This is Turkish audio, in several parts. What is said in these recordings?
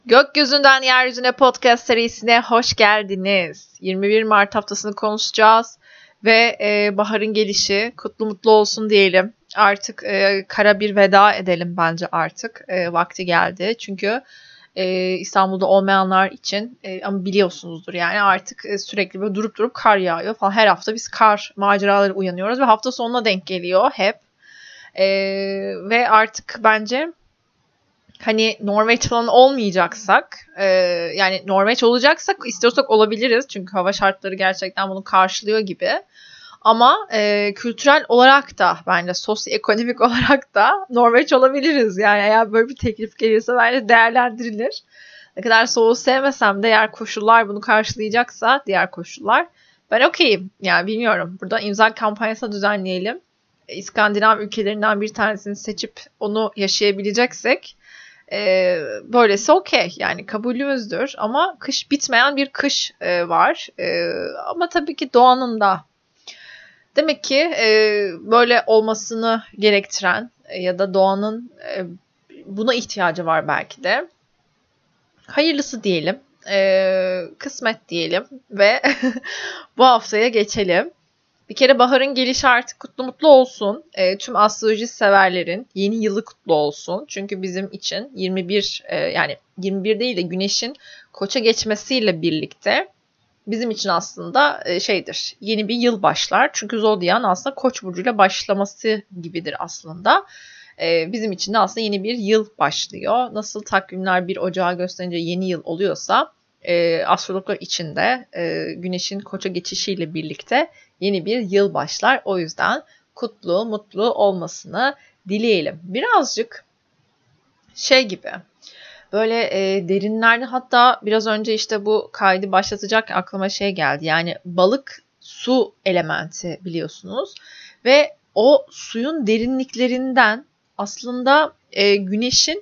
Gökyüzünden Yeryüzüne podcast serisine hoş geldiniz. 21 Mart haftasını konuşacağız ve baharın gelişi kutlu mutlu olsun diyelim. Artık kara bir veda edelim bence artık. Vakti geldi. Çünkü İstanbul'da olmayanlar için ama biliyorsunuzdur yani artık sürekli böyle durup kar yağıyor falan. Her hafta biz kar maceraları uyanıyoruz ve hafta sonuna denk geliyor hep. Ve artık bence hani Norveç falan olmayacaksak yani Norveç olacaksak istiyorsak olabiliriz. Çünkü hava şartları gerçekten bunu karşılıyor gibi. Ama kültürel olarak da bence sosyoekonomik olarak da Norveç olabiliriz. Yani eğer böyle bir teklif gelirse bence değerlendirilir. Ne kadar soğuğu sevmesem de eğer koşullar bunu karşılayacaksa diğer koşullar ben okeyim. Yani bilmiyorum. Burada imza kampanyası düzenleyelim. İskandinav ülkelerinden bir tanesini seçip onu yaşayabileceksek böylesi okey yani kabulümüzdür ama kış bitmeyen bir kış var ama tabii ki doğanın da demek ki böyle olmasını gerektiren ya da doğanın buna ihtiyacı var belki de hayırlısı diyelim kısmet diyelim ve bu haftaya geçelim. Bir kere baharın gelişi artık kutlu mutlu olsun. Tüm astroloji severlerin yeni yılı kutlu olsun. Çünkü bizim için 21 yani 21 değil de Güneş'in Koç'a geçmesiyle birlikte bizim için aslında şeydir. Yeni bir yıl başlar. Çünkü Zodyan aslında Koç burcuyla başlaması gibidir aslında. Bizim için de aslında yeni bir yıl başlıyor. Nasıl takvimler 1 Ocağı gösterince yeni yıl oluyorsa astrologlar için de Güneş'in Koç'a geçişiyle birlikte yeni bir yıl başlar. O yüzden kutlu, mutlu olmasını dileyelim. Birazcık şey gibi böyle derinlerde hatta biraz önce işte bu kaydı başlatacak aklıma şey geldi. Yani balık su elementi biliyorsunuz ve o suyun derinliklerinden aslında güneşin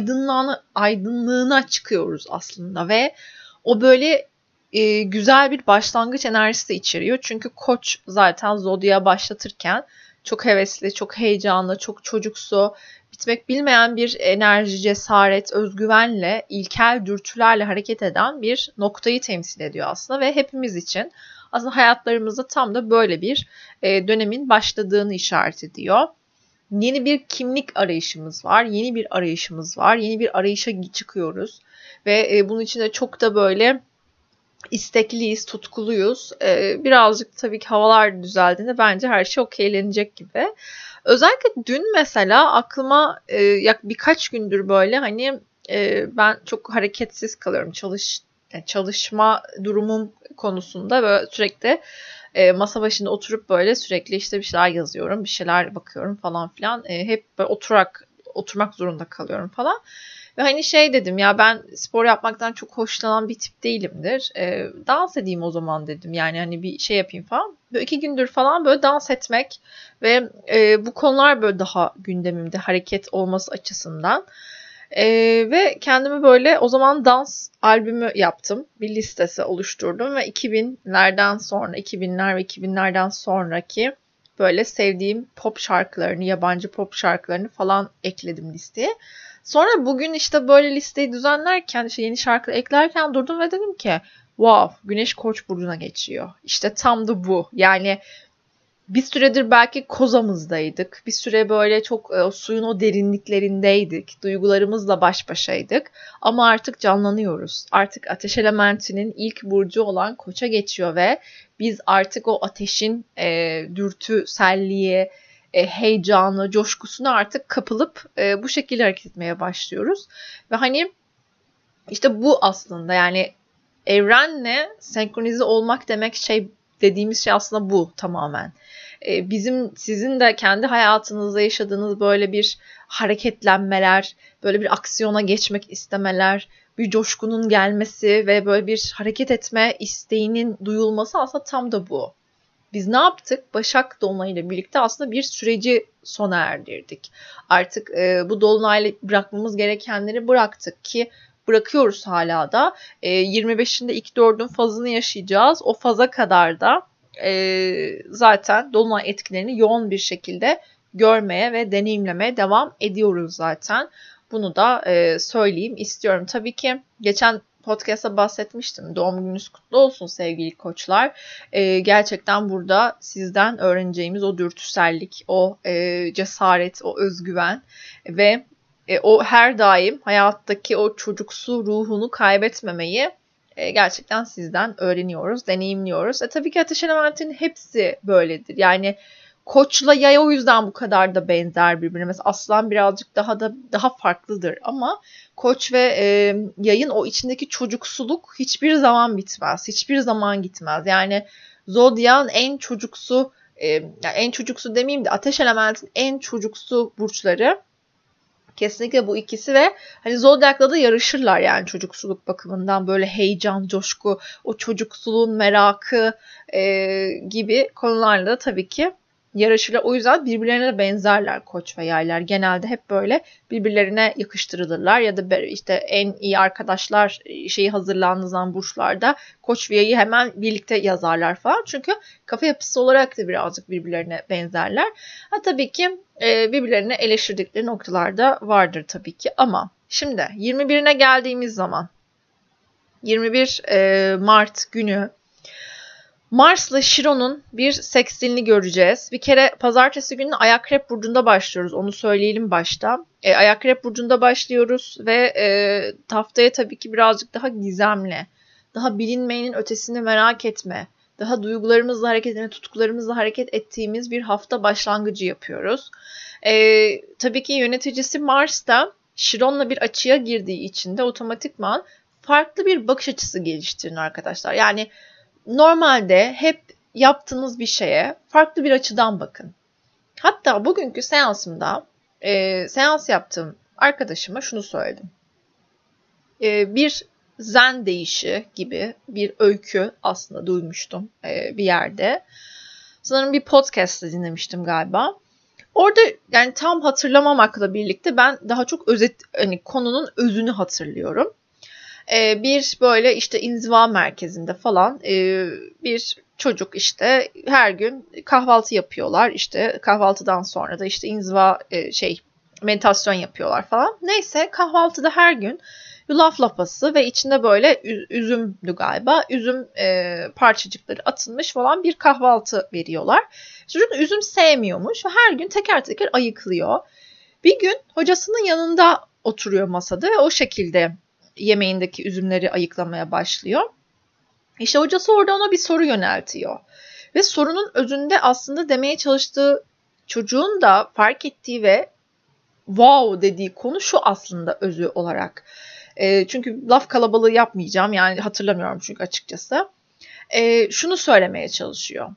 aydınlığına çıkıyoruz aslında ve o böyle güzel bir başlangıç enerjisi de içeriyor. Çünkü Koç zaten Zodya'ya başlatırken çok hevesli, çok heyecanlı, çok çocuksu, bitmek bilmeyen bir enerji, cesaret, özgüvenle, ilkel dürtülerle hareket eden bir noktayı temsil ediyor aslında ve hepimiz için aslında hayatlarımızda tam da böyle bir dönemin başladığını işaret ediyor. Yeni bir kimlik arayışımız var, yeni bir arayışımız var, yeni bir arayışa çıkıyoruz ve bunun için de çok da böyle istekliyiz, tutkuluyuz. Birazcık tabii ki havalar düzeldiğinde bence her şey okeylenecek gibi. Özellikle dün mesela aklıma birkaç gündür böyle hani ben çok hareketsiz kalıyorum çalışma durumum konusunda böyle sürekli masa başında oturup böyle sürekli işte bir şeyler yazıyorum, bir şeyler bakıyorum falan filan. Hep böyle oturmak zorunda kalıyorum falan. Ve hani şey dedim ya ben spor yapmaktan çok hoşlanan bir tip değilimdir. Dans edeyim o zaman dedim. Yani hani bir şey yapayım falan. Böyle 2 gündür falan böyle dans etmek ve bu konular böyle daha gündemimde hareket olması açısından. Ve kendimi böyle o zaman dans albümü yaptım. Bir listesi oluşturdum ve 2000'lerden sonra 2000'ler ve 2000'lerden sonraki böyle sevdiğim pop şarkılarını, yabancı pop şarkılarını falan ekledim listeye. Sonra bugün işte böyle listeyi düzenlerken, işte yeni şarkı eklerken durdum ve dedim ki wow, Güneş Koç burcuna geçiyor. İşte tam da bu. Yani bir süredir belki kozamızdaydık. Bir süre böyle çok suyun o derinliklerindeydik. Duygularımızla baş başaydık. Ama artık canlanıyoruz. Artık ateş elementinin ilk burcu olan Koç'a geçiyor ve biz artık o ateşin dürtüselliği, heyecanı, coşkusuna artık kapılıp bu şekilde hareket etmeye başlıyoruz. Ve hani işte bu aslında yani evrenle senkronize olmak demek dediğimiz şey aslında bu tamamen. Bizim sizin de kendi hayatınızda yaşadığınız böyle bir hareketlenmeler, böyle bir aksiyona geçmek istemeler, bir coşkunun gelmesi ve böyle bir hareket etme isteğinin duyulması aslında tam da bu. Biz ne yaptık? Başak Dolunay'la birlikte aslında bir süreci sona erdirdik. Artık bu Dolunay'la bırakmamız gerekenleri bıraktık ki bırakıyoruz hala da. 25'inde ilk 4'ün fazını yaşayacağız. O faza kadar da zaten Dolunay etkilerini yoğun bir şekilde görmeye ve deneyimlemeye devam ediyoruz zaten. Bunu da söyleyeyim istiyorum. Tabii ki geçen podcast'ta bahsetmiştim. Doğum gününüz kutlu olsun sevgili koçlar. Gerçekten burada sizden öğreneceğimiz o dürtüsellik, o cesaret, o özgüven ve o her daim hayattaki o çocuksu ruhunu kaybetmemeyi gerçekten sizden öğreniyoruz, deneyimliyoruz. Tabii ki ateş elementinin hepsi böyledir. Yani Koç'la Yay o yüzden bu kadar da benzer birbirine. Mesela Aslan birazcık daha farklıdır ama Koç ve Yay'ın o içindeki çocuksuluk hiçbir zaman bitmez. Hiçbir zaman gitmez. Yani Zodyak'ın en çocuksu yani en çocuksu demeyeyim de ateş elementin en çocuksu burçları kesinlikle bu ikisi ve hani Zodyak'la da yarışırlar yani çocuksuluk bakımından böyle heyecan, coşku, o çocuksuluğun merakı gibi konularla da tabii ki yarışırlar. O yüzden birbirlerine de benzerler Koç ve Yaylar. Genelde hep böyle birbirlerine yakıştırılırlar ya da işte en iyi arkadaşlar şeyi hazırlandığı zaman burçlarda Koç ve Yay'ı hemen birlikte yazarlar falan. Çünkü kafa yapısı olarak da birazcık birbirlerine benzerler. Tabii ki birbirlerini eleştirdikleri noktalarda vardır tabii ki ama şimdi 21'ine geldiğimiz zaman 21 Mart günü Mars'la Şiron'un bir seksilini göreceğiz. Bir kere pazartesi günü Akrep Burcu'nda başlıyoruz. Onu söyleyelim başta. Akrep Burcu'nda başlıyoruz ve haftaya tabii ki birazcık daha gizemli, daha bilinmeyenin ötesini merak etme, daha duygularımızla hareket etme, tutkularımızla hareket ettiğimiz bir hafta başlangıcı yapıyoruz. Tabii ki yöneticisi Mars da Şiron'la bir açıya girdiği için de otomatikman farklı bir bakış açısı geliştirin arkadaşlar. Yani normalde hep yaptığınız bir şeye farklı bir açıdan bakın. Hatta bugünkü seansımda seans yaptığım arkadaşıma şunu söyledim. Bir zen deyişi gibi bir öykü aslında duymuştum bir yerde. Sanırım bir podcast'ta dinlemiştim galiba. Orada yani tam hatırlamamakla birlikte ben daha çok hani konunun özünü hatırlıyorum. Bir böyle işte inziva merkezinde falan bir çocuk işte her gün kahvaltı yapıyorlar. İşte kahvaltıdan sonra da işte inziva meditasyon yapıyorlar falan. Neyse kahvaltıda her gün yulaf lapası ve içinde böyle üzümdü galiba. Üzüm parçacıkları atılmış falan bir kahvaltı veriyorlar. Çocuk üzüm sevmiyormuş ve her gün teker teker ayıklıyor. Bir gün hocasının yanında oturuyor masada ve o şekilde yemeğindeki üzümleri ayıklamaya başlıyor. İşte hocası orada ona bir soru yöneltiyor. Ve sorunun özünde aslında demeye çalıştığı çocuğun da fark ettiği ve wow dediği konu şu aslında özü olarak. Çünkü laf kalabalığı yapmayacağım yani hatırlamıyorum çünkü açıkçası. Şunu söylemeye çalışıyor.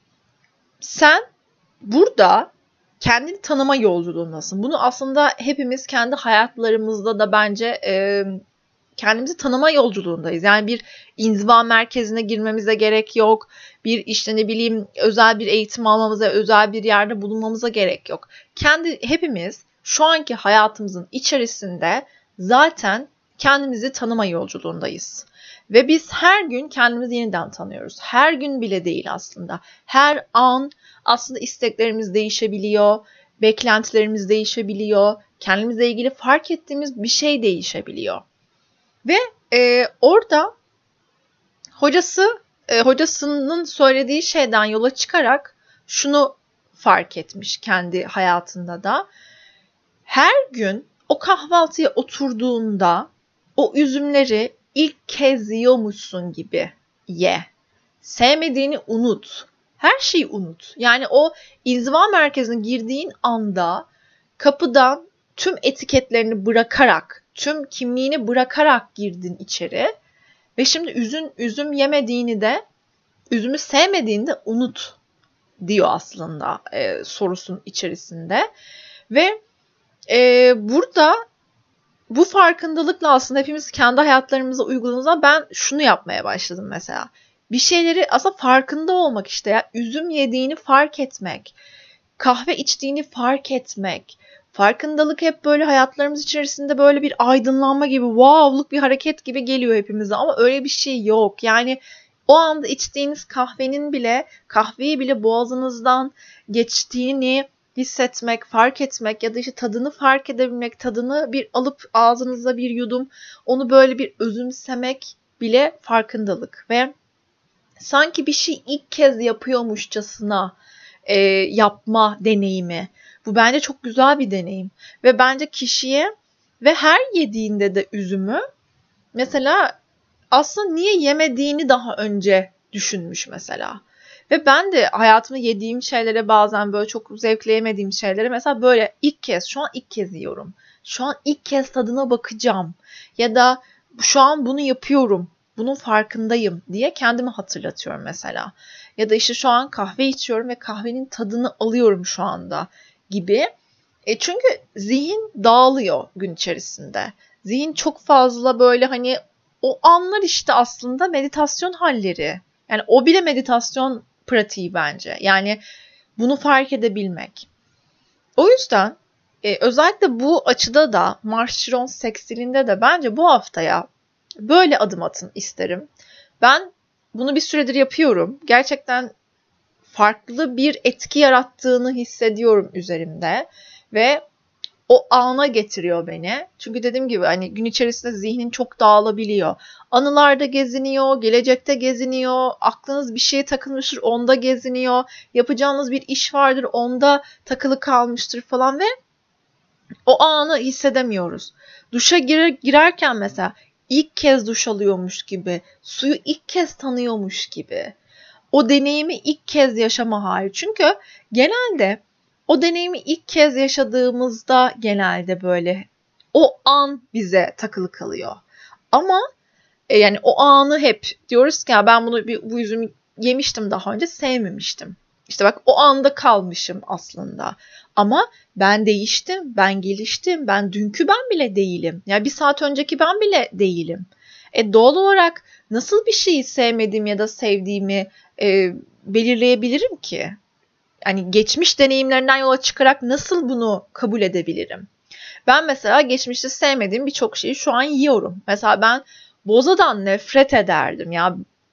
Sen burada kendini tanıma yolculuğundasın. Bunu aslında hepimiz kendi hayatlarımızda da bence kendimizi tanıma yolculuğundayız. Yani bir inziva merkezine girmemize gerek yok. Bir işte ne bileyim özel bir eğitim almamıza, özel bir yerde bulunmamıza gerek yok. Hepimiz şu anki hayatımızın içerisinde zaten kendimizi tanıma yolculuğundayız. Ve biz her gün kendimizi yeniden tanıyoruz. Her gün bile değil aslında. Her an aslında isteklerimiz değişebiliyor, beklentilerimiz değişebiliyor, kendimizle ilgili fark ettiğimiz bir şey değişebiliyor. Ve orada hocasının söylediği şeyden yola çıkarak şunu fark etmiş kendi hayatında da. Her gün o kahvaltıya oturduğunda o üzümleri ilk kez yiyormuşsun gibi ye. Sevmediğini unut. Her şeyi unut. Yani o inziva merkezine girdiğin anda kapıdan tüm etiketlerini bırakarak, tüm kimliğini bırakarak girdin içeri. Ve şimdi üzüm yemediğini de, üzümü sevmediğini de unut diyor aslında sorusun içerisinde. Ve burada bu farkındalıkla aslında hepimiz kendi hayatlarımıza uyguladığımızda ben şunu yapmaya başladım mesela. Bir şeyleri aslında farkında olmak işte ya. Üzüm yediğini fark etmek, kahve içtiğini fark etmek. Farkındalık hep böyle hayatlarımız içerisinde böyle bir aydınlanma gibi, wow'luk bir hareket gibi geliyor hepimize ama öyle bir şey yok. Yani o anda içtiğiniz kahveyi bile boğazınızdan geçtiğini hissetmek, fark etmek ya da işte tadını fark edebilmek, tadını bir alıp ağzınıza bir yudum, onu böyle bir özümsemek bile farkındalık ve sanki bir şey ilk kez yapıyormuşçasına yapma deneyimi. Bu bence çok güzel bir deneyim ve bence kişiye ve her yediğinde de üzümü mesela aslında niye yemediğini daha önce düşünmüş mesela. Ve ben de hayatımda yediğim şeylere bazen böyle çok zevkleyemediğim şeylere mesela böyle şu an ilk kez yiyorum. Şu an ilk kez tadına bakacağım. Ya da şu an bunu yapıyorum. Bunun farkındayım diye kendime hatırlatıyorum mesela. Ya da işte şu an kahve içiyorum ve kahvenin tadını alıyorum şu anda gibi. Çünkü zihin dağılıyor gün içerisinde. Zihin çok fazla böyle hani o anlar işte aslında meditasyon halleri. Yani o bile meditasyon pratiği bence. Yani bunu fark edebilmek. O yüzden özellikle bu açıda da Mars Chiron seksilinde de bence bu haftaya böyle adım atın isterim. Ben bunu bir süredir yapıyorum. Gerçekten farklı bir etki yarattığını hissediyorum üzerimde ve o ana getiriyor beni. Çünkü dediğim gibi hani gün içerisinde zihnin çok dağılabiliyor. Anılarda geziniyor, gelecekte geziniyor, aklınız bir şeye takılmıştır, onda geziniyor. Yapacağınız bir iş vardır, onda takılı kalmıştır falan ve o anı hissedemiyoruz. Duşa girerken mesela ilk kez duş alıyormuş gibi, suyu ilk kez tanıyormuş gibi. O deneyimi ilk kez yaşama hali. Çünkü genelde o deneyimi ilk kez yaşadığımızda genelde böyle o an bize takılı kalıyor. Ama yani o anı hep diyoruz ki ya ben bu üzümü yemiştim daha önce sevmemiştim. İşte bak o anda kalmışım aslında. Ama ben değiştim, ben geliştim, ben dünkü ben bile değilim. Yani bir saat önceki ben bile değilim. Doğal olarak nasıl bir şeyi sevmediğim ya da sevdiğimi belirleyebilirim ki? Yani geçmiş deneyimlerinden yola çıkarak nasıl bunu kabul edebilirim? Ben mesela geçmişte sevmediğim birçok şeyi şu an yiyorum. Mesela ben bozadan nefret ederdim. Ya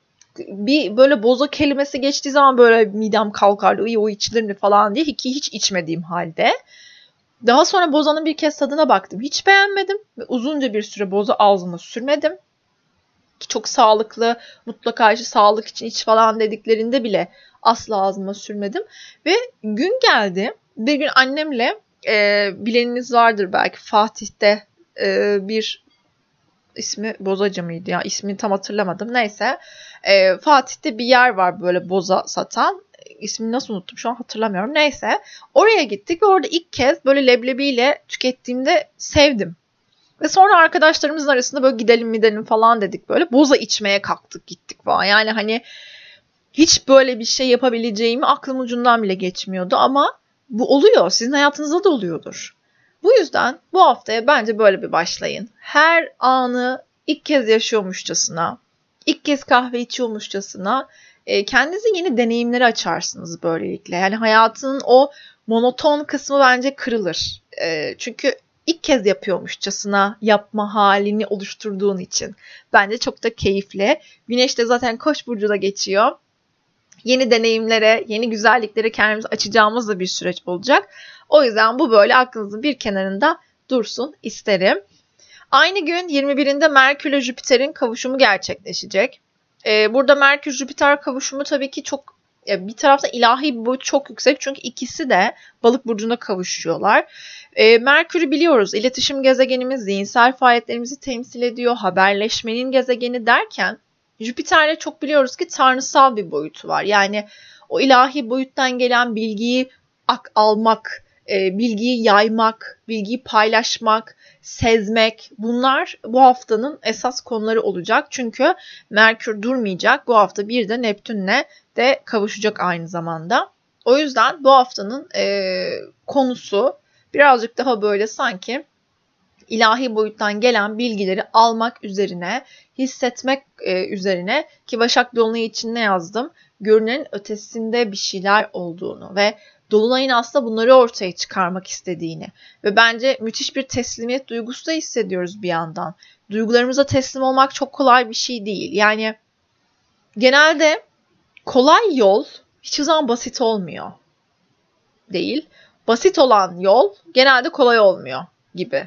bir böyle boza kelimesi geçtiği zaman böyle midem kalkardı. İyi o içilir mi falan diye hiç içmediğim halde. Daha sonra bozanın bir kez tadına baktım. Hiç beğenmedim ve uzunca bir süre boza ağzıma sürmedim. Ki çok sağlıklı, mutlaka işte sağlık için iç falan dediklerinde bile asla ağzıma sürmedim. Ve gün geldi. Bir gün annemle bileniniz vardır belki Fatih'te bir ismi bozacı mıydı ya ismini tam hatırlamadım. Neyse Fatih'te bir yer var böyle boza satan. İsmini nasıl unuttum şu an hatırlamıyorum. Neyse oraya gittik ve orada ilk kez böyle leblebiyle tükettiğimde sevdim. Ve sonra arkadaşlarımızın arasında böyle gidelim falan dedik böyle. Boza içmeye kalktık gittik falan. Yani hani hiç böyle bir şey yapabileceğimi aklım ucundan bile geçmiyordu ama bu oluyor. Sizin hayatınızda da oluyordur. Bu yüzden bu haftaya bence böyle bir başlayın. Her anı ilk kez yaşıyormuşçasına, ilk kez kahve içiyormuşçasına kendinize yeni deneyimleri açarsınız böylelikle. Yani hayatının o monoton kısmı bence kırılır. Çünkü ilk kez yapıyormuşçasına yapma halini oluşturduğun için. Bence çok da keyifli. Güneş de zaten Koç burcuna geçiyor. Yeni deneyimlere, yeni güzelliklere kendimizi açacağımız da bir süreç olacak. O yüzden bu böyle aklınızın bir kenarında dursun isterim. Aynı gün 21'inde Merkür ile Jüpiter'in kavuşumu gerçekleşecek. Burada Merkür-Jüpiter kavuşumu tabii ki çok bir tarafta ilahi bir boyut çok yüksek. Çünkü ikisi de Balık burcuna kavuşuyorlar. Merkür'ü biliyoruz. İletişim gezegenimiz, zihinsel faaliyetlerimizi temsil ediyor. Haberleşmenin gezegeni derken Jüpiter'le çok biliyoruz ki tanrısal bir boyutu var. Yani o ilahi boyuttan gelen bilgiyi almak, bilgiyi yaymak, bilgiyi paylaşmak, sezmek bunlar bu haftanın esas konuları olacak. Çünkü Merkür durmayacak. Bu hafta bir de Neptün'le de kavuşacak aynı zamanda. O yüzden bu haftanın konusu birazcık daha böyle sanki ilahi boyuttan gelen bilgileri almak üzerine, hissetmek üzerine ki Başak Dolunay için ne yazdım? Görünenin ötesinde bir şeyler olduğunu ve Dolunay'ın aslında bunları ortaya çıkarmak istediğini ve bence müthiş bir teslimiyet duygusu da hissediyoruz bir yandan. Duygularımıza teslim olmak çok kolay bir şey değil. Yani genelde kolay yol hiçbir zaman basit olmuyor. Değil. basit olan yol genelde kolay olmuyor gibi.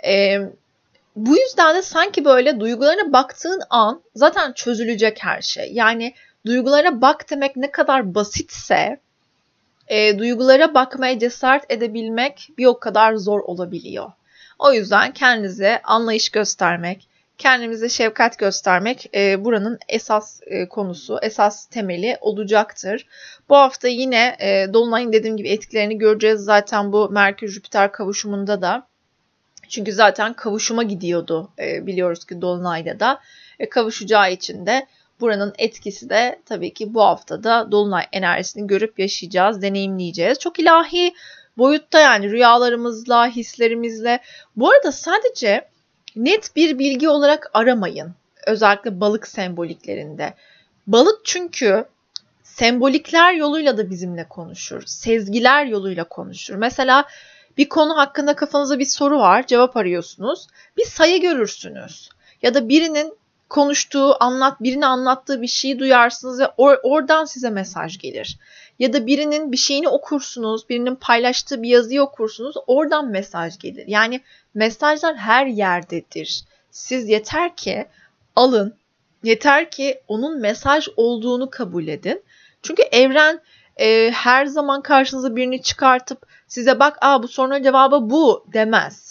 Bu yüzden de sanki böyle duygularına baktığın an zaten çözülecek her şey. Yani duygulara bak demek ne kadar basitse duygulara bakmaya cesaret edebilmek bir o kadar zor olabiliyor. O yüzden kendinize anlayış göstermek, kendimize şefkat göstermek buranın esas konusu, esas temeli olacaktır. Bu hafta yine Dolunay'ın dediğim gibi etkilerini göreceğiz zaten bu Merkür-Jüpiter kavuşumunda da. Çünkü zaten kavuşuma gidiyordu biliyoruz ki Dolunay'da da. Kavuşacağı için de buranın etkisi de tabii ki bu haftada Dolunay enerjisini görüp yaşayacağız, deneyimleyeceğiz. Çok ilahi boyutta yani rüyalarımızla, hislerimizle. Bu arada sadece net bir bilgi olarak aramayın. Özellikle balık semboliklerinde. Balık çünkü sembolikler yoluyla da bizimle konuşur. Sezgiler yoluyla konuşur. Mesela bir konu hakkında kafanızda bir soru var, cevap arıyorsunuz. Bir sayı görürsünüz. Ya da birinin konuştuğu, birine anlattığı bir şeyi duyarsınız ve oradan size mesaj gelir. Ya da birinin bir şeyini okursunuz, birinin paylaştığı bir yazıyı okursunuz, oradan mesaj gelir. Yani mesajlar her yerdedir. Siz yeter ki alın, yeter ki onun mesaj olduğunu kabul edin. Çünkü evren her zaman karşınıza birini çıkartıp size bak bu sorunun cevabı bu demez.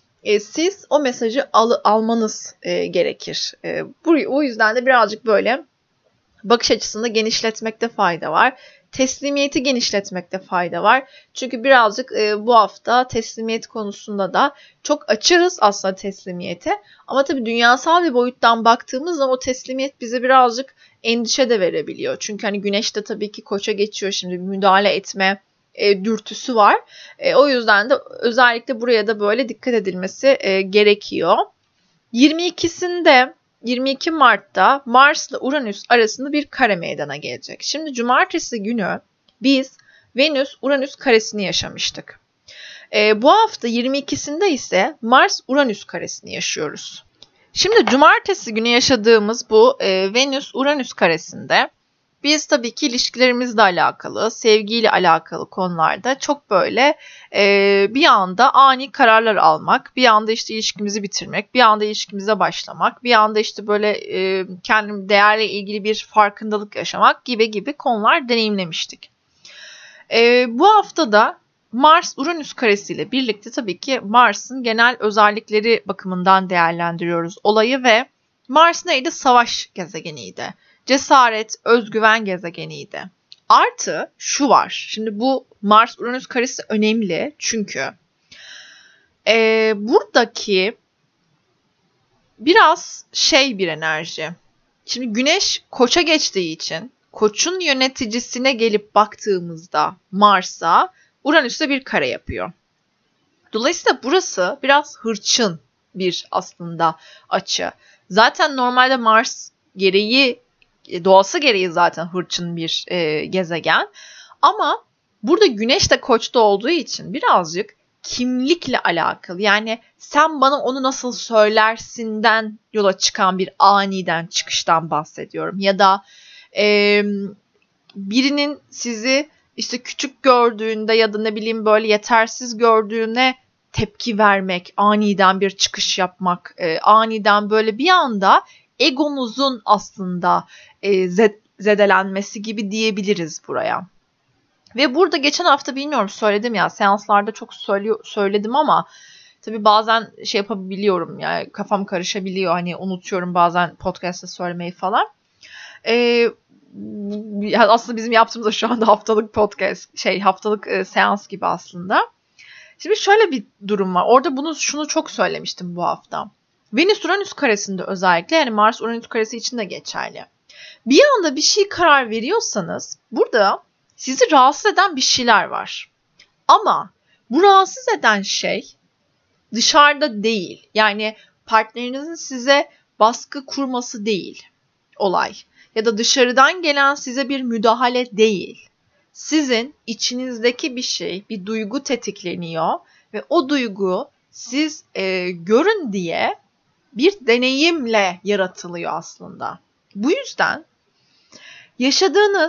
Siz o mesajı almanız gerekir. O yüzden de birazcık böyle bakış açısını genişletmekte fayda var. Teslimiyeti genişletmekte fayda var. Çünkü birazcık bu hafta teslimiyet konusunda da çok açığız aslında teslimiyete. Ama tabii dünyasal bir boyuttan baktığımız zaman o teslimiyet bize birazcık endişe de verebiliyor. Çünkü hani Güneş de tabii ki Koç'a geçiyor şimdi bir müdahale etme dürtüsü var. O yüzden de özellikle buraya da böyle dikkat edilmesi gerekiyor. 22 Mart'ta Mars ile Uranüs arasında bir kare meydana gelecek. Şimdi cumartesi günü biz Venüs-Uranüs karesini yaşamıştık. Bu hafta 22'sinde ise Mars-Uranüs karesini yaşıyoruz. Şimdi cumartesi günü yaşadığımız bu Venüs-Uranüs karesinde biz tabii ki ilişkilerimizle alakalı, sevgiyle alakalı konularda çok böyle bir anda ani kararlar almak, bir anda işte ilişkimizi bitirmek, bir anda ilişkimize başlamak, bir anda işte böyle kendim değerle ilgili bir farkındalık yaşamak gibi konular deneyimlemiştik. Bu hafta da Mars-Uranüs karesiyle birlikte tabii ki Mars'ın genel özellikleri bakımından değerlendiriyoruz olayı ve Mars neydi? Savaş gezegeniydi. Cesaret, özgüven gezegeniydi. Artı şu var. Şimdi bu Mars-Uranüs karesi önemli çünkü buradaki biraz bir enerji. Şimdi Güneş Koç'a geçtiği için Koç'un yöneticisine gelip baktığımızda Mars'a Uranüs'te bir kare yapıyor. Dolayısıyla burası biraz hırçın bir aslında açı. Zaten normalde Mars doğası gereği zaten hırçın bir gezegen. Ama burada Güneş de Koç'ta olduğu için birazcık kimlikle alakalı. Yani sen bana onu nasıl söylersinden yola çıkan bir aniden çıkıştan bahsediyorum. Ya da birinin sizi işte küçük gördüğünde ya da ne bileyim böyle yetersiz gördüğüne tepki vermek, aniden bir çıkış yapmak, aniden böyle bir anda egonuzun aslında zedelenmesi gibi diyebiliriz buraya. Ve burada geçen hafta bilmiyorum söyledim ya seanslarda çok söyledim ama tabii bazen yapabiliyorum yani kafam karışabiliyor hani unutuyorum bazen podcast'ta söylemeyi falan. Aslında bizim yaptığımız da şu anda haftalık podcast haftalık seans gibi aslında. Şimdi şöyle bir durum var. Orada şunu çok söylemiştim bu hafta. Venüs-Uranüs karesinde özellikle yani Mars-Uranüs karesi için de geçerli. Bir anda bir şey karar veriyorsanız burada sizi rahatsız eden bir şeyler var. Ama bu rahatsız eden şey dışarıda değil. Yani partnerinizin size baskı kurması değil olay. Ya da dışarıdan gelen size bir müdahale değil. Sizin içinizdeki bir şey, bir duygu tetikleniyor ve o duygu siz görün diye bir deneyimle yaratılıyor aslında. Bu yüzden yaşadığınız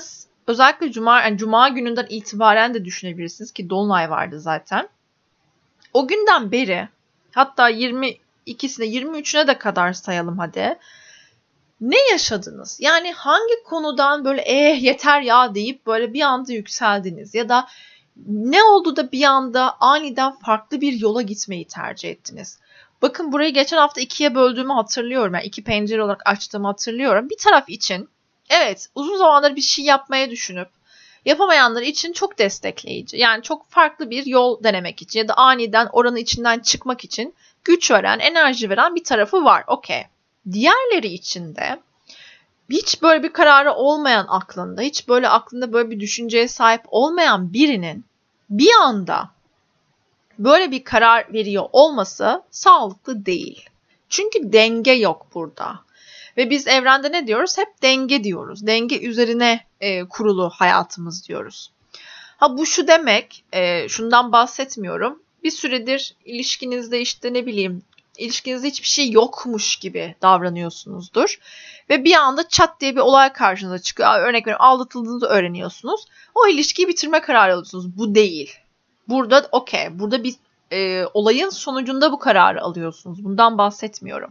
özellikle Cuma gününden itibaren de düşünebilirsiniz ki Dolunay vardı zaten. O günden beri, hatta 22'sine 23'üne de kadar sayalım hadi. Ne yaşadınız? Yani hangi konudan böyle yeter ya deyip böyle bir anda yükseldiniz? Ya da ne oldu da bir anda aniden farklı bir yola gitmeyi tercih ettiniz? Bakın, burayı geçen hafta 2'ye böldüğümü hatırlıyorum. Yani 2 pencere olarak açtığımı hatırlıyorum. Bir taraf için evet, uzun zamandır bir şey yapmaya düşünüp yapamayanlar için çok destekleyici. Yani çok farklı bir yol denemek için ya da aniden oranın içinden çıkmak için güç veren, enerji veren bir tarafı var. Okey. Diğerleri için de hiç böyle bir kararı olmayan aklında, hiç böyle aklında böyle bir düşünceye sahip olmayan birinin bir anda böyle bir karar veriyor olması sağlıklı değil. Çünkü denge yok burada. Ve biz evrende ne diyoruz? Hep denge diyoruz. Denge üzerine kurulu hayatımız diyoruz. Ha, bu şu demek, şundan bahsetmiyorum. Bir süredir ilişkinizde işte ne bileyim, ilişkinizde hiçbir şey yokmuş gibi davranıyorsunuzdur. Ve bir anda çat diye bir olay karşınıza çıkıyor. Örnek veriyorum, aldatıldığınızı öğreniyorsunuz. O ilişkiyi bitirme kararı alıyorsunuz. Bu değil. Burada okey. Burada bir olayın sonucunda bu kararı alıyorsunuz. Bundan bahsetmiyorum.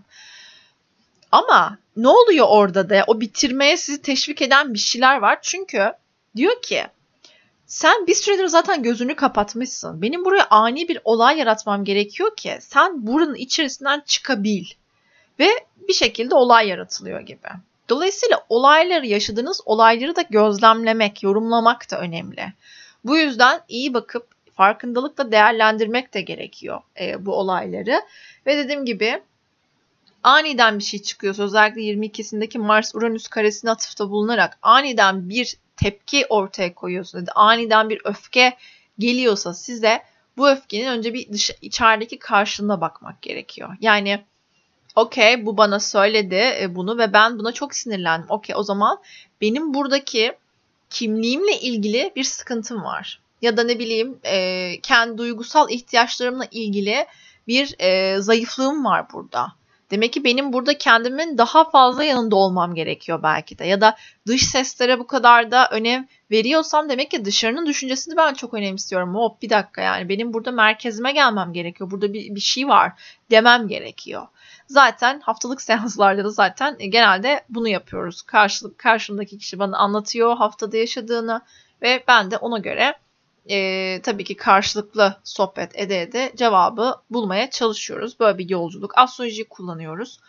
Ama ne oluyor orada da? O bitirmeye sizi teşvik eden bir şeyler var. Çünkü diyor ki sen bir süredir zaten gözünü kapatmışsın. Benim buraya ani bir olay yaratmam gerekiyor ki sen buranın içerisinden çıkabil. Ve bir şekilde olay yaratılıyor gibi. Dolayısıyla yaşadığınız olayları da gözlemlemek, yorumlamak da önemli. Bu yüzden iyi bakıp farkındalıkla değerlendirmek de gerekiyor bu olayları. Ve dediğim gibi aniden bir şey çıkıyorsa, özellikle 22'sindeki Mars-Uranüs karesine atıfta bulunarak aniden bir tepki ortaya koyuyorsunuz, aniden bir öfke geliyorsa size, bu öfkenin önce bir içerideki karşılığına bakmak gerekiyor. Yani okey, bu bana söyledi bunu ve ben buna çok sinirlendim. Okey, o zaman benim buradaki kimliğimle ilgili bir sıkıntım var. Ya da ne bileyim kendi duygusal ihtiyaçlarımla ilgili bir zayıflığım var burada. Demek ki benim burada kendimin daha fazla yanında olmam gerekiyor belki de. Ya da dış seslere bu kadar da önem veriyorsam demek ki dışarının düşüncesini ben çok önemsiyorum. Hop, bir dakika, yani benim burada merkezime gelmem gerekiyor. Burada bir şey var demem gerekiyor. Zaten haftalık seanslarda da zaten genelde bunu yapıyoruz. Karşımdaki kişi bana anlatıyor haftada yaşadığını ve ben de ona göre tabii ki karşılıklı sohbet ede cevabı bulmaya çalışıyoruz. Böyle bir yolculuk. Astrolojiyi kullanıyoruz.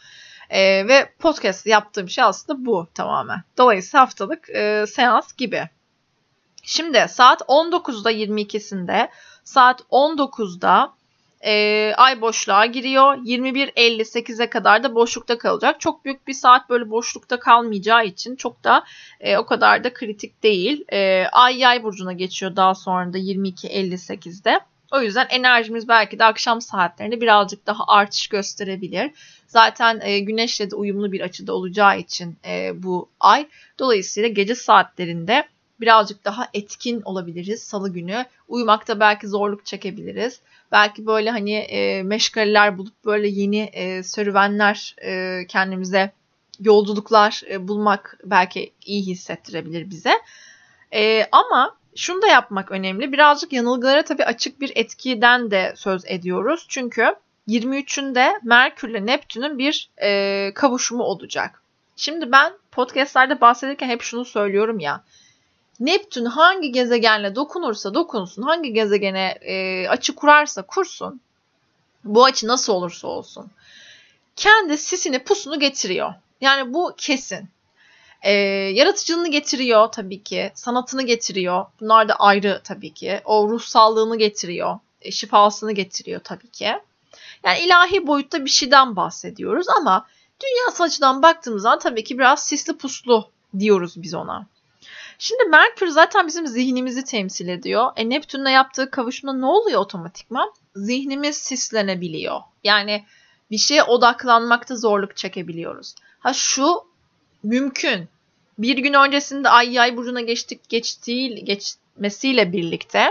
Ve podcast yaptığım şey aslında bu tamamen. Dolayısıyla haftalık seans gibi. Şimdi saat 19'da 22'sinde, saat 19'da ay boşluğa giriyor. 21.58'e kadar da boşlukta kalacak. Çok büyük bir saat böyle boşlukta kalmayacağı için çok da o kadar da kritik değil. Ay yay burcuna geçiyor daha sonra da 22.58'de. O yüzden enerjimiz belki de akşam saatlerinde birazcık daha artış gösterebilir. Zaten güneşle de uyumlu bir açıda olacağı için bu ay. Dolayısıyla gece saatlerinde birazcık daha etkin olabiliriz salı günü. Uyumakta belki zorluk çekebiliriz. Belki böyle hani meşgaleler bulup böyle yeni serüvenler kendimize, yolculuklar bulmak belki iyi hissettirebilir bize. Ama şunu da yapmak önemli. Birazcık yanılgılara tabii açık bir etkiden de söz ediyoruz. Çünkü 23'ünde Merkürle Neptün'ün bir kavuşumu olacak. Şimdi ben podcastlerde bahsederken hep şunu söylüyorum ya. Neptün hangi gezegenle dokunursa dokunsun, hangi gezegene açı kurarsa kursun, bu açı nasıl olursa olsun, kendi sisini pusunu getiriyor. Yani bu kesin. Yaratıcılığını getiriyor tabii ki, sanatını getiriyor. Bunlar da ayrı tabii ki. O ruh sağlığını getiriyor, şifasını getiriyor tabii ki. Yani ilahi boyutta bir şeyden bahsediyoruz ama dünyasal açıdan baktığımız zaman tabii ki biraz sisli puslu diyoruz biz ona. Şimdi Merkür zaten bizim zihnimizi temsil ediyor. Neptün'le yaptığı kavuşumda ne oluyor otomatikman? Zihnimiz sislenebiliyor. Yani bir şeye odaklanmakta zorluk çekebiliyoruz. Ha, şu mümkün. Bir gün öncesinde ay yay burcuna geçmesiyle birlikte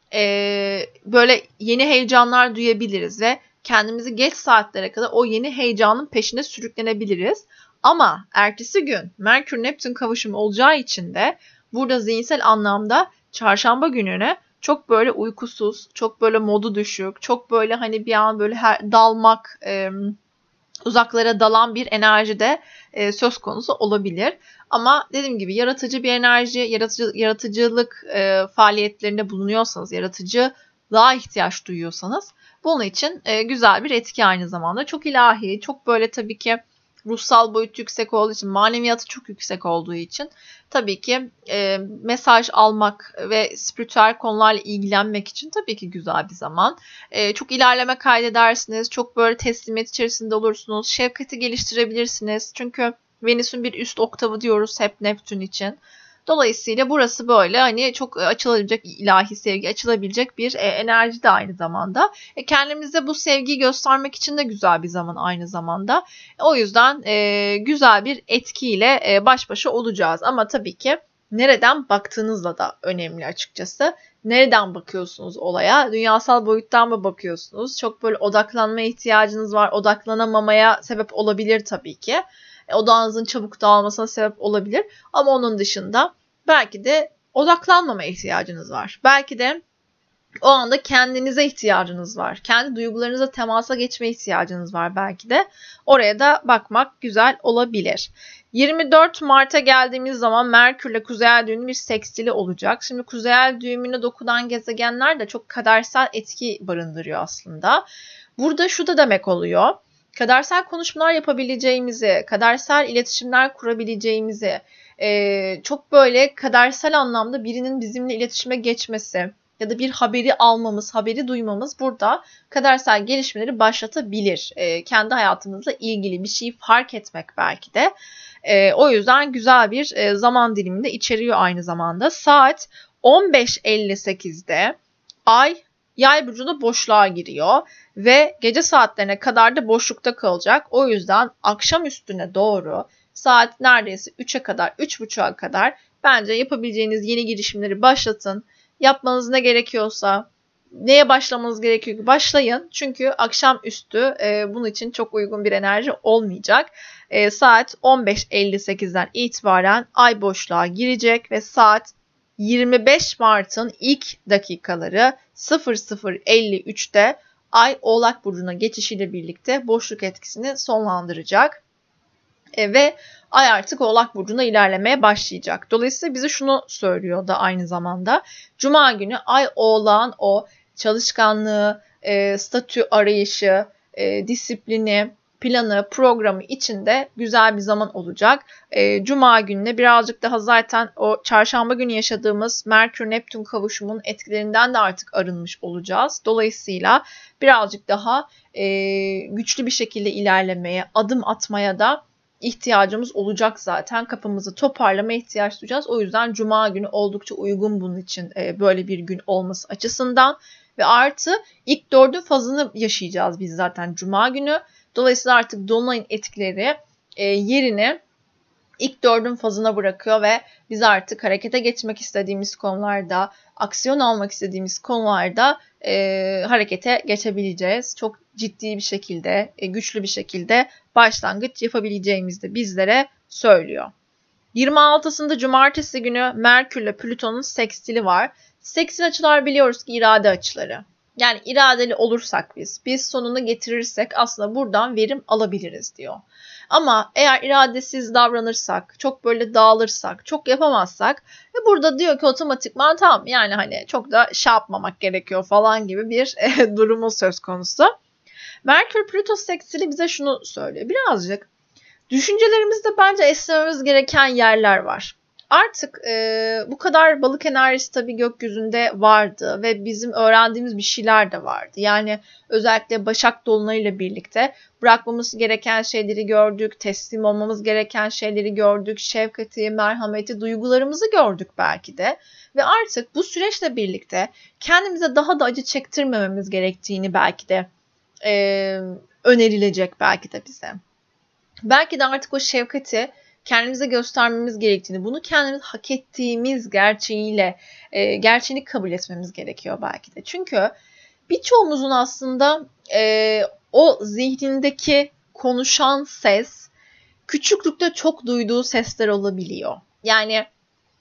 böyle yeni heyecanlar duyabiliriz ve kendimizi geç saatlere kadar o yeni heyecanın peşine sürüklenebiliriz. Ama ertesi gün Merkür Neptün kavuşumu olacağı için de burada zihinsel anlamda çarşamba gününe çok böyle uykusuz, çok böyle modu düşük, çok böyle hani bir an böyle dalmak, uzaklara dalan bir enerji de söz konusu olabilir. Ama dediğim gibi yaratıcı bir enerji, yaratıcılık faaliyetlerinde bulunuyorsanız, yaratıcılığa ihtiyaç duyuyorsanız bunun için güzel bir etki aynı zamanda. Çok ilahi, çok böyle tabii ki ruhsal boyutu yüksek olduğu için, maneviyatı çok yüksek olduğu için tabii ki mesaj almak ve spiritüel konularla ilgilenmek için tabii ki güzel bir zaman. Çok ilerleme kaydedersiniz. Çok böyle teslimiyet içerisinde olursunuz. Şefkati geliştirebilirsiniz. Çünkü Venüs'ün bir üst oktavı diyoruz hep Neptün için. Dolayısıyla burası böyle hani çok açılabilecek, ilahi sevgi açılabilecek bir enerji de aynı zamanda. Kendimize bu sevgiyi göstermek için de güzel bir zaman aynı zamanda. O yüzden güzel bir etkiyle baş başa olacağız. Ama tabii ki nereden baktığınızla da önemli açıkçası. Nereden bakıyorsunuz olaya? Dünyasal boyuttan mı bakıyorsunuz? Çok böyle odaklanmaya ihtiyacınız var. Odaklanamamaya sebep olabilir tabii ki. Odağınızın çabuk dağılmasına sebep olabilir. Ama onun dışında belki de odaklanmamaya ihtiyacınız var. Belki de o anda kendinize ihtiyacınız var. Kendi duygularınıza temasa geçme ihtiyacınız var belki de. Oraya da bakmak güzel olabilir. 24 Mart'a geldiğimiz zaman Merkür'le Kuzey düğümü bir sekstili olacak. Şimdi Kuzey düğümüne dokunan gezegenler de çok kadersel etki barındırıyor aslında. Burada şu da demek oluyor. Kadersel konuşmalar yapabileceğimizi, kadersel iletişimler kurabileceğimizi, çok böyle kadersel anlamda birinin bizimle iletişime geçmesi ya da bir haberi almamız, haberi duymamız burada kadersel gelişmeleri başlatabilir. Kendi hayatımızla ilgili bir şeyi fark etmek belki de. O yüzden güzel bir zaman diliminde içeriyor aynı zamanda. Saat 15.58'de Ay Yay burcunda boşluğa giriyor ve gece saatlerine kadar da boşlukta kalacak. O yüzden akşam üstüne doğru saat neredeyse 3'e kadar, 3.30'a kadar bence yapabileceğiniz yeni girişimleri başlatın. Yapmanız ne gerekiyorsa, neye başlamanız gerekiyor başlayın. Çünkü akşamüstü bunun için çok uygun bir enerji olmayacak. Saat 15.58'den itibaren ay boşluğa girecek ve saat 25 Mart'ın ilk dakikaları 00.53'te ay Oğlak Burcu'na geçişiyle birlikte boşluk etkisini sonlandıracak. Ve ay artık Oğlak Burcu'na ilerlemeye başlayacak. Dolayısıyla bize şunu söylüyor da aynı zamanda. Cuma günü ay Oğlak'ın o çalışkanlığı, statü arayışı, disiplini, planı, programı içinde güzel bir zaman olacak. Cuma gününe birazcık daha zaten o çarşamba günü yaşadığımız Merkür-Neptün kavuşumunun etkilerinden de artık arınmış olacağız. Dolayısıyla birazcık daha güçlü bir şekilde ilerlemeye, adım atmaya da ihtiyacımız olacak zaten. Kafamızı toparlamaya ihtiyaç duyacağız. O yüzden Cuma günü oldukça uygun bunun için böyle bir gün olması açısından. Ve artı ilk 4'ün fazını yaşayacağız biz zaten Cuma günü. Dolayısıyla artık Dolunay'ın etkileri yerini ilk 4'ün fazına bırakıyor ve biz artık harekete geçmek istediğimiz konularda, aksiyon almak istediğimiz konularda harekete geçebileceğiz. Çok ciddi bir şekilde, güçlü bir şekilde başlangıç yapabileceğimizi de bizlere söylüyor. 26'sında Cumartesi günü Merkürle Plüton'un sekstili var. Sekstil açılar biliyoruz ki irade açıları. Yani iradeli olursak biz sonunu getirirsek aslında buradan verim alabiliriz diyor. Ama eğer iradesiz davranırsak, çok böyle dağılırsak, çok yapamazsak burada diyor ki otomatikman tamam yani hani çok da şey yapmamak gerekiyor falan gibi bir durumu söz konusu. Merkür Plüto sekstili bize şunu söylüyor. Birazcık düşüncelerimizde bence esnememiz gereken yerler var. Artık bu kadar balık enerjisi tabii gökyüzünde vardı ve bizim öğrendiğimiz bir şeyler de vardı. Yani özellikle Başak Dolunay'ıyla birlikte bırakmamız gereken şeyleri gördük, teslim olmamız gereken şeyleri gördük, şefkati, merhameti, duygularımızı gördük belki de. Ve artık bu süreçle birlikte kendimize daha da acı çektirmememiz gerektiğini belki de önerilecek belki de bize. Belki de artık o şefkati kendimize göstermemiz gerektiğini, bunu kendimiz hak ettiğimiz gerçeğini kabul etmemiz gerekiyor belki de. Çünkü birçoğumuzun aslında o zihnindeki konuşan ses küçüklükte çok duyduğu sesler olabiliyor. Yani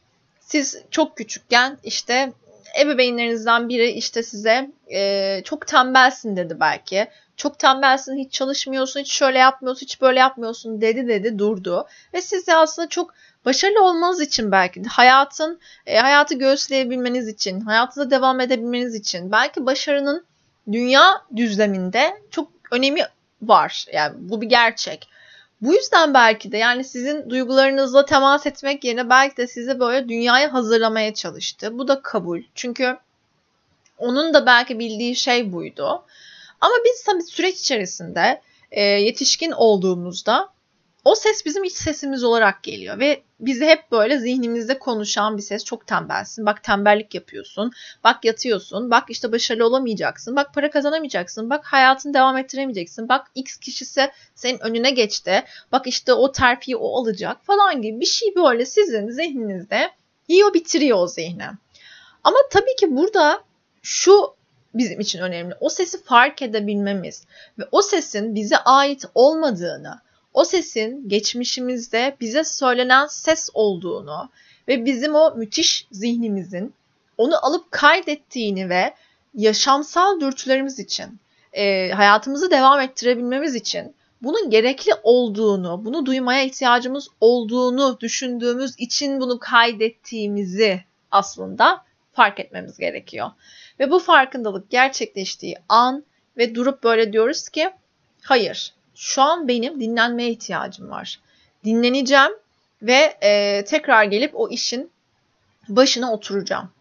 Siz çok küçükken işte ebeveynlerinizden biri işte size çok tembelsin dedi belki. Çok tembelsin, hiç çalışmıyorsun, hiç şöyle yapmıyorsun, hiç böyle yapmıyorsun dedi durdu. Ve siz de aslında çok başarılı olmanız için belki de hayatı göğüsleyebilmeniz için, hayatınıza devam edebilmeniz için belki başarının dünya düzleminde çok önemi var. Yani bu bir gerçek. Bu yüzden belki de yani sizin duygularınızla temas etmek yerine belki de sizi böyle dünyaya hazırlamaya çalıştı. Bu da kabul. Çünkü onun da belki bildiği şey buydu. Ama biz tabii süreç içerisinde yetişkin olduğumuzda o ses bizim iç sesimiz olarak geliyor ve bizi hep böyle zihnimizde konuşan bir ses. Çok tembelsin, bak tembellik yapıyorsun, bak yatıyorsun, bak işte başarılı olamayacaksın, bak para kazanamayacaksın, bak hayatını devam ettiremeyeceksin, bak X kişisi senin önüne geçti, bak işte o terfiyi o alacak falan gibi bir şey böyle sizin zihninizde yiyor bitiriyor o zihni. Ama tabii ki burada şu bizim için önemli. O sesi fark edebilmemiz ve o sesin bize ait olmadığını, o sesin geçmişimizde bize söylenen ses olduğunu ve bizim o müthiş zihnimizin onu alıp kaydettiğini ve yaşamsal dürtülerimiz için, hayatımızı devam ettirebilmemiz için bunun gerekli olduğunu, bunu duymaya ihtiyacımız olduğunu düşündüğümüz için bunu kaydettiğimizi aslında fark etmemiz gerekiyor. Ve bu farkındalık gerçekleştiği an ve durup böyle diyoruz ki hayır, şu an benim dinlenmeye ihtiyacım var. Dinleneceğim ve tekrar gelip o işin başına oturacağım.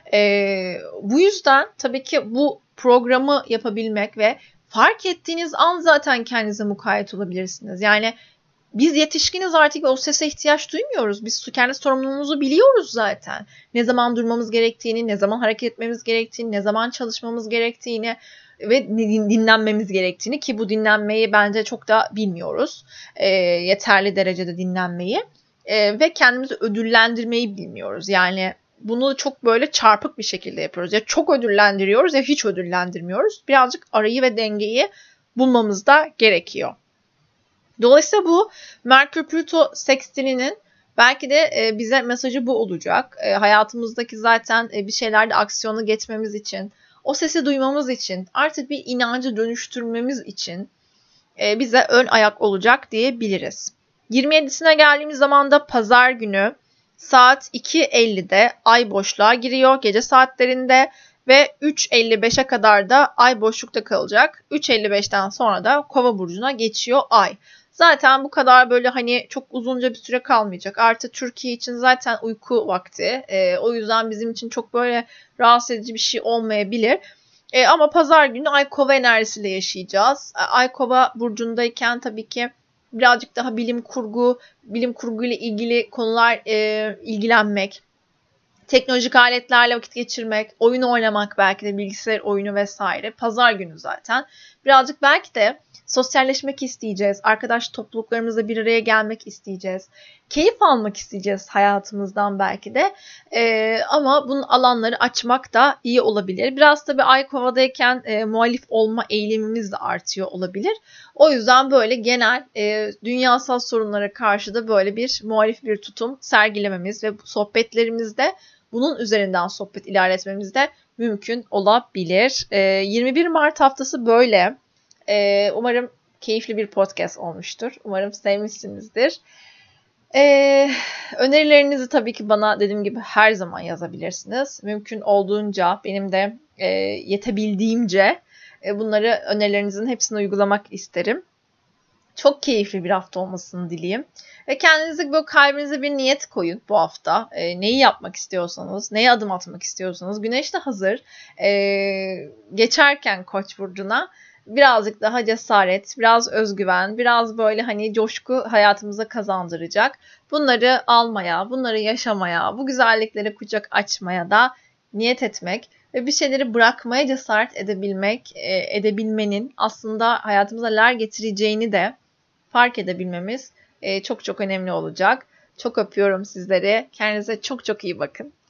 Bu yüzden tabii ki bu programı yapabilmek ve fark ettiğiniz an zaten kendinize mukayyet olabilirsiniz. Yani biz yetişkiniz artık ve o sese ihtiyaç duymuyoruz. Biz kendi sorumluluğumuzu biliyoruz zaten. Ne zaman durmamız gerektiğini, ne zaman hareket etmemiz gerektiğini, ne zaman çalışmamız gerektiğini ve dinlenmemiz gerektiğini ki bu dinlenmeyi bence çok da bilmiyoruz. Yeterli derecede dinlenmeyi ve kendimizi ödüllendirmeyi bilmiyoruz. Yani bunu çok böyle çarpık bir şekilde yapıyoruz. Ya çok ödüllendiriyoruz ya hiç ödüllendirmiyoruz. Birazcık arayı ve dengeyi bulmamız da gerekiyor. Dolayısıyla bu Merkür-Plüto seksilinin belki de bize mesajı bu olacak. Hayatımızdaki zaten bir şeylerde aksiyonu geçmemiz için, o sesi duymamız için, artık bir inancı dönüştürmemiz için bize ön ayak olacak diyebiliriz. 27'sine geldiğimiz zaman da pazar günü saat 2.50'de ay boşluğa giriyor gece saatlerinde ve 3.55'e kadar da ay boşlukta kalacak. 3.55'ten sonra da Kova burcuna geçiyor ay. Zaten bu kadar böyle hani çok uzunca bir süre kalmayacak. Artı Türkiye için zaten uyku vakti. O yüzden bizim için çok böyle rahatsız edici bir şey olmayabilir. Ama pazar günü Ay Kova enerjisiyle yaşayacağız. Ay Kova burcundayken tabii ki birazcık daha bilim kurgu ile ilgili konular ilgilenmek, teknolojik aletlerle vakit geçirmek, oyun oynamak belki de bilgisayar oyunu vesaire. Pazar günü zaten. Birazcık belki de sosyalleşmek isteyeceğiz. Arkadaş topluluklarımızla bir araya gelmek isteyeceğiz. Keyif almak isteyeceğiz hayatımızdan belki de. Ama bunun alanları açmak da iyi olabilir. Biraz tabii Ay Kova'dayken muhalif olma eğilimimiz de artıyor olabilir. O yüzden böyle genel dünyasal sorunlara karşı da böyle bir muhalif bir tutum sergilememiz ve sohbetlerimizde bunun üzerinden sohbet ilerletmemiz de mümkün olabilir. 21 Mart haftası böyle. Umarım keyifli bir podcast olmuştur. Umarım sevmişsinizdir. Önerilerinizi tabii ki bana dediğim gibi her zaman yazabilirsiniz. Mümkün olduğunca benim de yetebildiğimce bunları önerilerinizin hepsini uygulamak isterim. Çok keyifli bir hafta olmasını dileyim. Ve kendinize böyle kalbinize bir niyet koyun bu hafta. Neyi yapmak istiyorsanız, neye adım atmak istiyorsanız. Güneş de hazır. Geçerken Koç burcuna birazcık daha cesaret, biraz özgüven, biraz böyle hani coşku hayatımıza kazandıracak. Bunları almaya, bunları yaşamaya, bu güzelliklere kucak açmaya da niyet etmek ve bir şeyleri bırakmaya cesaret edebilmenin aslında hayatımıza neler getireceğini de fark edebilmemiz çok çok önemli olacak. Çok öpüyorum sizleri. Kendinize çok çok iyi bakın.